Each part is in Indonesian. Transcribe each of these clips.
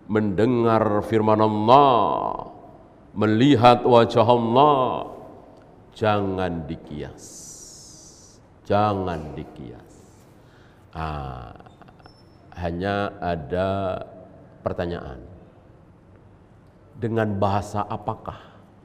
mendengar firman Allah, melihat wajah Allah, jangan dikias. Jangan dikias. Hanya ada pertanyaan. Dengan bahasa apakah?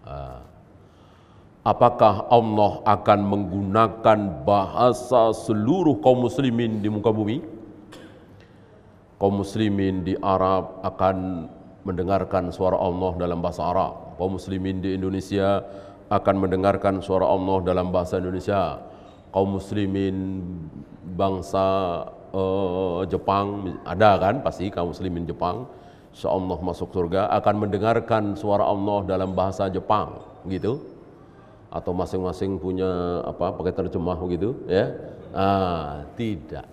Apakah Allah akan menggunakan bahasa seluruh kaum muslimin di muka bumi? Kaum muslimin di Arab akan mendengarkan suara Allah dalam bahasa Arab. Kaum muslimin di Indonesia akan mendengarkan suara Allah dalam bahasa Indonesia. Kaum muslimin bangsa Jepang, ada kan pasti kaum muslimin Jepang, insyaallah masuk surga, akan mendengarkan suara Allah dalam bahasa Jepang, gitu. Atau masing-masing punya pakai terjemah begitu, ya? Tidak.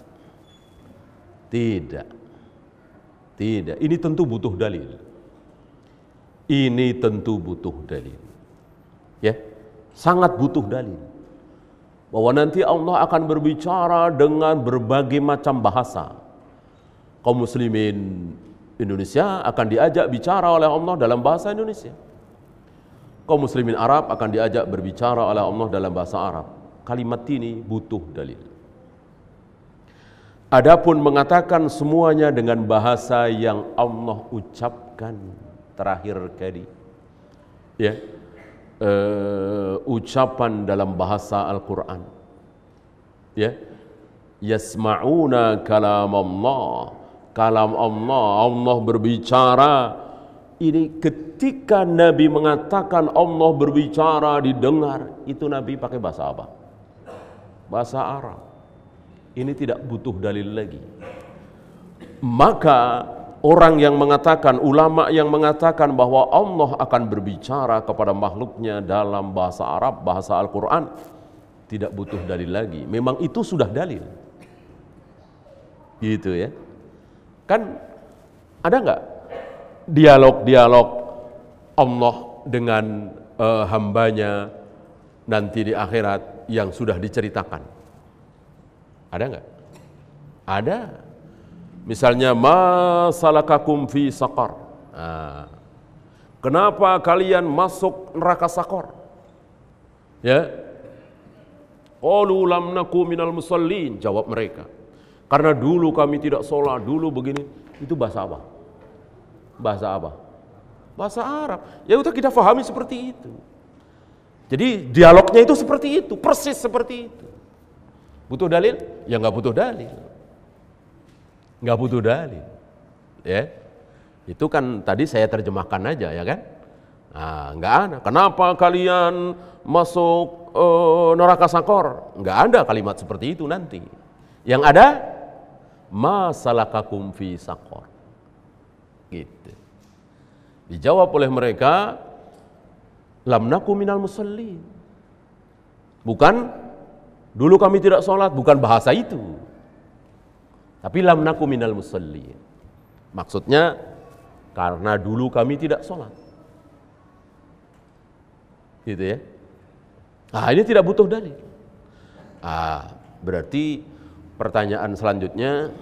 Ini tentu butuh dalil. Ini tentu butuh dalil. Ya, sangat butuh dalil. Bahwa nanti Allah akan berbicara dengan berbagai macam bahasa. Kaum muslimin Indonesia akan diajak bicara oleh Allah dalam bahasa Indonesia. Kaum muslimin Arab akan diajak berbicara oleh Allah dalam bahasa Arab. Kalimat ini butuh dalil. Adapun mengatakan semuanya dengan bahasa yang Allah ucapkan terakhir kali, ya, ucapan dalam bahasa Al-Quran, ya, yasma'una kalam Allah, Allah berbicara. Ini ketika Nabi mengatakan Allah berbicara didengar, itu Nabi pakai bahasa apa? Bahasa Arab. Ini tidak butuh dalil lagi. Maka orang yang mengatakan, ulama yang mengatakan bahwa Allah akan berbicara kepada makhluknya dalam bahasa Arab, bahasa Al-Quran, tidak butuh dalil lagi. Memang itu sudah dalil. Gitu ya. Kan ada nggak dialog-dialog Allah dengan hambanya nanti di akhirat yang sudah diceritakan? Ada nggak? Ada. Misalnya, ma salakakum fi saqar. Kenapa kalian masuk neraka Saqar? Ya. Qalu lam naku minal musallin. Jawab mereka, karena dulu kami tidak sholat, dulu begini. Itu bahasa apa? Bahasa apa? Bahasa Arab. Ya udah kita fahami seperti itu. Jadi dialognya itu seperti itu, persis seperti itu. Butuh dalil? Ya nggak butuh dalil. Nggak butuh dalil. Ya. Itu kan tadi saya terjemahkan aja, ya kan? Nggak ada. Kenapa kalian masuk neraka Saqar? Nggak ada kalimat seperti itu nanti. Yang ada, ma salakakum fi saqar. Gitu. Dijawab oleh mereka, lam naku minal musallin. Bukan, dulu kami tidak sholat, bukan bahasa itu. Tapi lam naku minal musallin. Maksudnya, karena dulu kami tidak sholat. Gitu ya. Ini tidak butuh dalil. Berarti pertanyaan selanjutnya,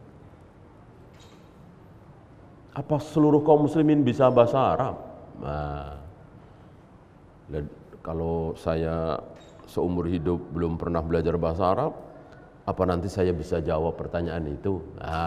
apa seluruh kaum muslimin bisa bahasa Arab? Kalau saya seumur hidup belum pernah belajar bahasa Arab, apa nanti saya bisa jawab pertanyaan itu?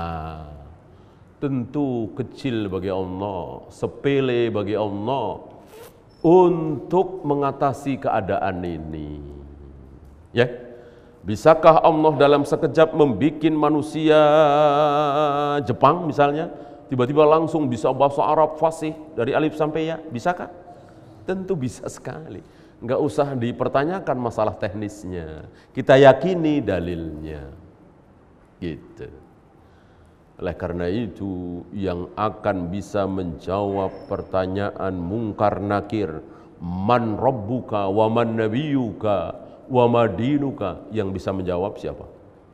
Tentu kecil bagi Allah, sepele bagi Allah untuk mengatasi keadaan ini. Ya, bisakah Allah dalam sekejap membuat manusia Jepang misalnya, tiba-tiba langsung bisa bahasa Arab fasih dari alif sampai ya? Bisakah? Tentu bisa sekali. Enggak usah dipertanyakan masalah teknisnya. Kita yakini dalilnya. Gitu. Oleh karena itu, yang akan bisa menjawab pertanyaan mungkar nakir, man rabbuka wa man nabiyuka wa ma dinuka, yang bisa menjawab siapa?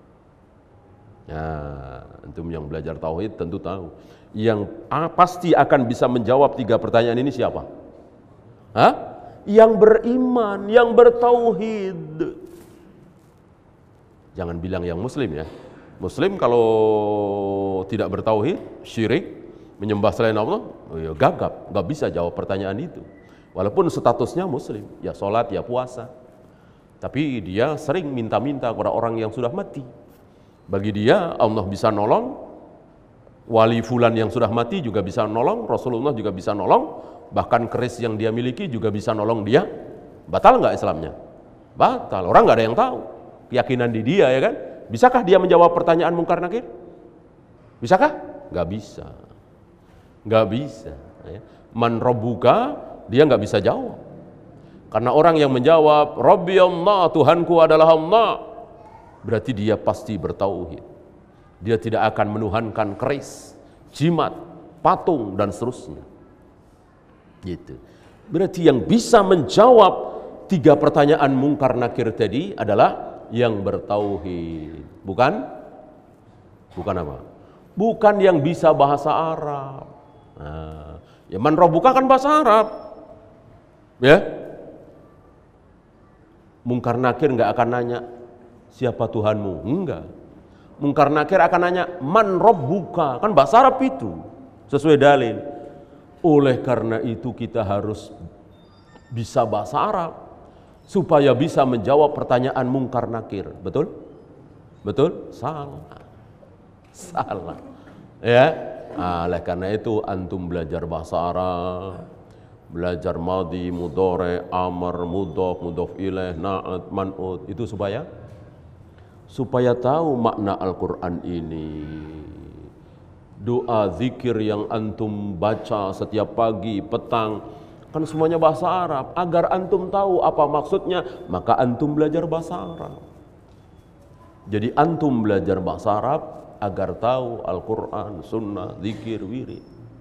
Antum yang belajar tauhid tentu tahu. Yang pasti akan bisa menjawab 3 pertanyaan ini siapa? Yang beriman, yang bertauhid. Jangan bilang yang muslim ya. Muslim kalau tidak bertauhid, syirik, menyembah selain Allah, ya gagap, nggak bisa jawab pertanyaan itu. Walaupun statusnya muslim, ya sholat, ya puasa. Tapi dia sering minta-minta kepada orang yang sudah mati. Bagi dia Allah bisa nolong, wali fulan yang sudah mati juga bisa nolong, Rasulullah juga bisa nolong, bahkan keris yang dia miliki juga bisa nolong dia. Batal nggak Islamnya? Batal, orang nggak ada yang tahu. Keyakinan di dia, ya kan? Bisakah dia menjawab pertanyaan mungkar nakir? Bisakah? Nggak bisa. Nggak bisa. Man rabbuka, dia nggak bisa jawab. Karena orang yang menjawab, Rabbi Allah, Tuhanku adalah Allah, berarti dia pasti bertauhid. Dia tidak akan menuhankan keris, jimat, patung, dan seterusnya. Gitu. Berarti yang bisa menjawab 3 pertanyaan mungkar nakir tadi adalah yang bertauhid. Bukan apa? Bukan yang bisa bahasa Arab. Nah, ya man rabbuka kan bahasa Arab. Ya. Mungkar nakir enggak akan nanya siapa Tuhanmu, enggak. Mungkar nakir akan nanya man rabbuka, kan bahasa Arab itu sesuai dalil. Oleh karena itu kita harus bisa bahasa Arab supaya bisa menjawab pertanyaan mungkar nakir. Betul? Betul? Salah. Ya. Oleh karena itu antum belajar bahasa Arab, belajar madhi, mudhari, amr, mudhaf, mudhaf ilaih, na'at, man'ut, itu supaya tahu makna Al-Qur'an ini. Doa, zikir yang antum baca setiap pagi, petang, kan semuanya bahasa Arab. Agar antum tahu apa maksudnya, maka antum belajar bahasa Arab. Jadi antum belajar bahasa Arab agar tahu Al-Quran, sunnah, zikir, wirid.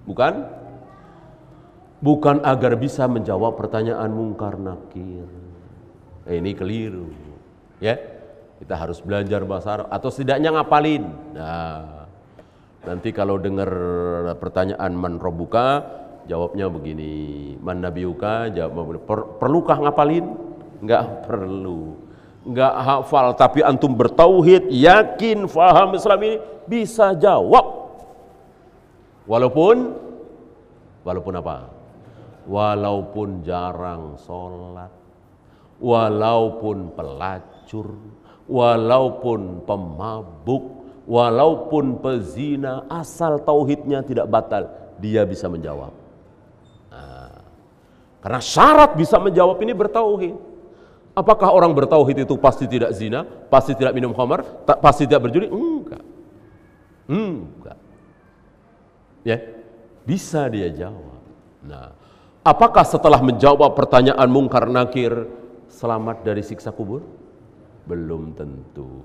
Bukan agar bisa menjawab pertanyaan mungkar nakir. Ini keliru. Ya, kita harus belajar bahasa Arab atau setidaknya ngapalin. Nah, nanti kalau dengar pertanyaan man rabbuka, jawabnya begini. Man nabiyuka, jawab perlukah ngapalin? Enggak perlu. Enggak hafal, tapi antum bertauhid, yakin, faham Islam ini, bisa jawab. Walaupun apa? Walaupun jarang sholat, walaupun pelacur, walaupun pemabuk, walaupun pezina, asal tauhidnya tidak batal, dia bisa menjawab. Nah, karena syarat bisa menjawab ini bertauhid. Apakah orang bertauhid itu pasti tidak zina, pasti tidak minum khamar, pasti tidak berjudi? Enggak. Ya, bisa dia jawab. Nah, apakah setelah menjawab pertanyaan mungkar nakir selamat dari siksa kubur? Belum tentu.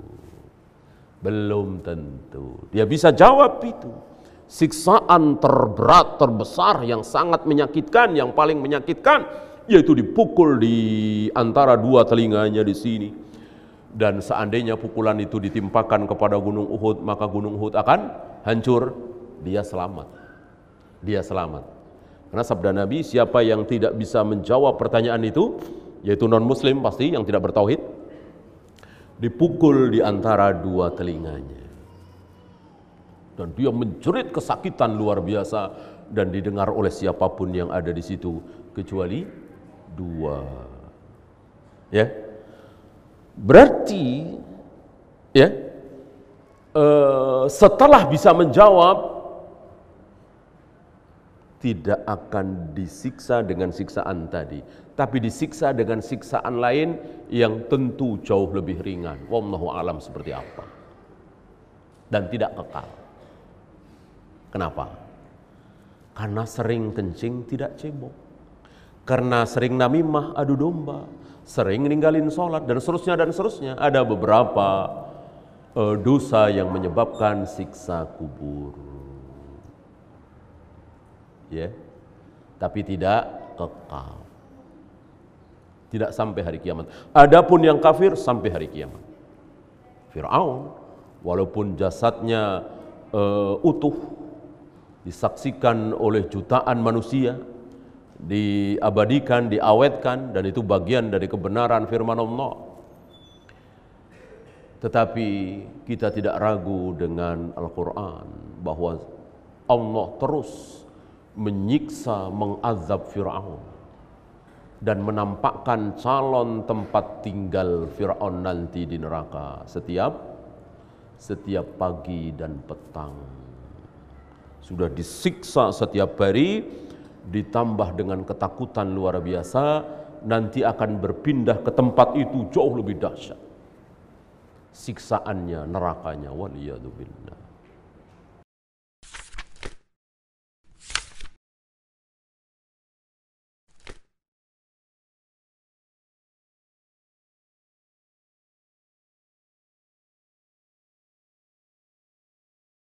Dia bisa jawab itu. Siksaan terberat, terbesar, yang sangat menyakitkan, yang paling menyakitkan, yaitu dipukul di antara 2 telinganya di sini. Dan seandainya pukulan itu ditimpakan kepada gunung Uhud, maka gunung Uhud akan hancur. Dia selamat. Karena sabda Nabi, siapa yang tidak bisa menjawab pertanyaan itu, yaitu non-muslim pasti, yang tidak bertauhid, dipukul di antara 2 telinganya. Dan dia menjerit kesakitan luar biasa, dan didengar oleh siapapun yang ada di situ, kecuali 2. Ya, berarti ya, setelah bisa menjawab, tidak akan disiksa dengan siksaan tadi, tapi disiksa dengan siksaan lain yang tentu jauh lebih ringan. Wallahu alam seperti apa, dan tidak kekal. Kenapa? Karena sering kencing tidak cebok, karena sering namimah adu domba, sering ninggalin sholat, dan seterusnya. Ada beberapa dosa yang menyebabkan siksa kubur. Ya, tapi tidak kekal, tidak sampai hari kiamat. Adapun yang kafir sampai hari kiamat. Fir'aun, walaupun jasadnya utuh, disaksikan oleh jutaan manusia, diabadikan, diawetkan, dan itu bagian dari kebenaran firman Allah. Tetapi kita tidak ragu dengan Al-Quran bahwa Allah terus menyiksa, mengazab Fir'aun dan menampakkan calon tempat tinggal Fir'aun nanti di neraka setiap pagi dan petang. Sudah disiksa setiap hari, ditambah dengan ketakutan luar biasa, nanti akan berpindah ke tempat itu jauh lebih dahsyat siksaannya, nerakanya, waliyadzubillah.